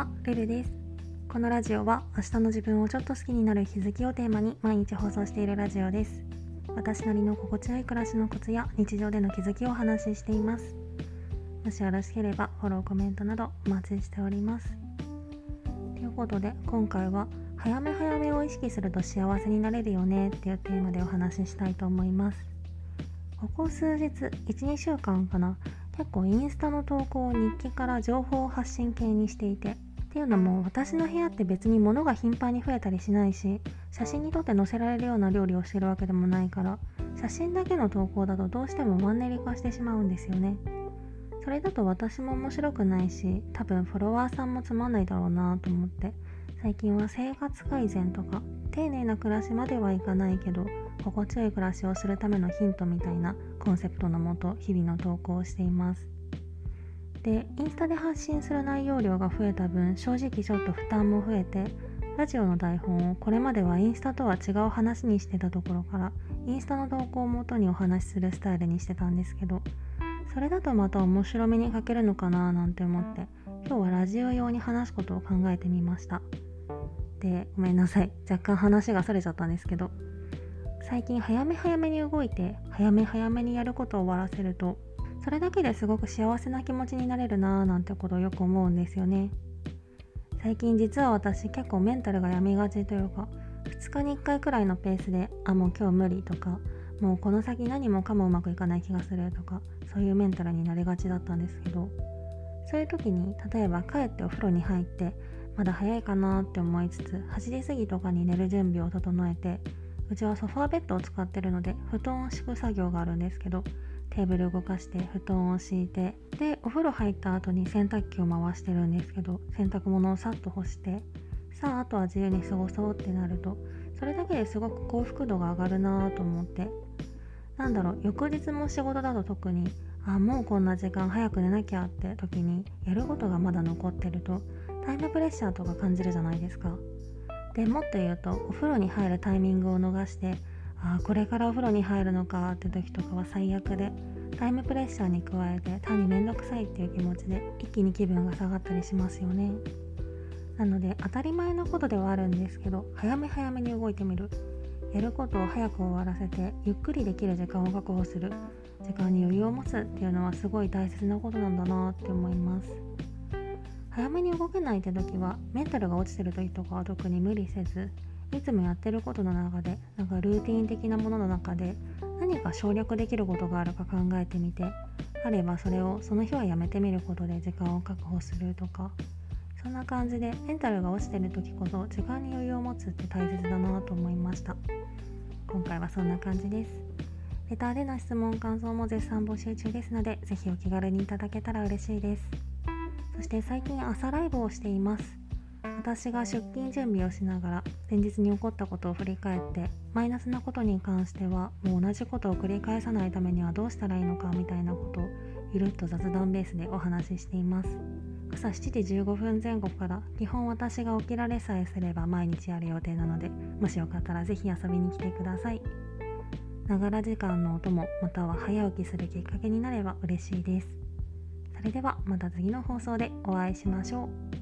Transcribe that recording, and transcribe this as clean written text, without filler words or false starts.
は、ルルです。このラジオは明日の自分をちょっと好きになる気づきをテーマに毎日放送しているラジオです。私なりの心地よい暮らしのコツや日常での気づきをお話ししています。もしよろしければフォロー、コメントなどお待ちしております。ということで今回は早め早めを意識すると幸せになれるよねっていうテーマでお話ししたいと思います。ここ数日 1,2 週間かな、結構インスタの投稿を日記から情報発信系にしていて、っていうのも私の部屋って別に物が頻繁に増えたりしないし、写真に撮って載せられるような料理をしてるわけでもないから、写真だけの投稿だとどうしてもマンネリ化してしまうんですよね。それだと私も面白くないし、多分フォロワーさんもつまんないだろうなと思って、最近は生活改善とか丁寧な暮らしまではいかないけど、心地よい暮らしをするためのヒントみたいなコンセプトのもと日々の投稿をしています。で、インスタで発信する内容量が増えた分、正直ちょっと負担も増えて、ラジオの台本をこれまではインスタとは違う話にしてたところから、インスタの投稿をもとにお話しするスタイルにしてたんですけど、それだとまた面白めに書けるのかななんて思って、今日はラジオ用に話すことを考えてみました。で、ごめんなさい、若干話がそれちゃったんですけど、最近早め早めに動いて早め早めにやることを終わらせると、それだけですごく幸せな気持ちになれるなぁなんてことをよく思うんですよね。最近実は私結構メンタルが病みがちというか、2日に1回くらいのペースでもう今日無理とか、もうこの先何もかもうまくいかない気がするとか、そういうメンタルになりがちだったんですけど、そういう時に例えば帰ってお風呂に入ってまだ早いかなって思いつつ、8時過ぎとかに寝る準備を整えて、うちはソファーベッドを使ってるので布団を敷く作業があるんですけど、テーブル動かして布団を敷いて、でお風呂入った後に洗濯機を回してるんですけど、洗濯物をさっと干して、さああとは自由に過ごそうってなると、それだけですごく幸福度が上がるなと思って、翌日も仕事だと特にもうこんな時間早く寝なきゃって時にやることがまだ残ってるとタイムプレッシャーとか感じるじゃないですか。でもっと言うと、お風呂に入るタイミングを逃して、これからお風呂に入るのかって時とかは最悪で、タイムプレッシャーに加えて単にめんどくさいっていう気持ちで一気に気分が下がったりしますよね。なので当たり前のことではあるんですけど、早め早めに動いてみる、やることを早く終わらせてゆっくりできる時間を確保する、時間に余裕を持つっていうのはすごい大切なことなんだなって思います。早めに動けないって時は、メンタルが落ちてる時とかは特に無理せず、いつもやってることの中で、ルーティン的なものの中で何か省略できることがあるか考えてみて、あればそれをその日はやめてみることで時間を確保するとか、そんな感じでメンタルが落ちてる時こそ時間に余裕を持つって大切だなと思いました。今回はそんな感じです。レターでの質問感想も絶賛募集中ですので、ぜひお気軽にいただけたら嬉しいです。そして最近朝ライブをしています。私が出勤準備をしながら前日に起こったことを振り返って、マイナスなことに関してはもう同じことを繰り返さないためにはどうしたらいいのかみたいなことをゆるっと雑談ベースでお話ししています。朝7時15分前後から基本私が起きられさえすれば毎日やる予定なので、もしよかったらぜひ遊びに来てください。ながら時間のお供または早起きするきっかけになれば嬉しいです。それではまた次の放送でお会いしましょう。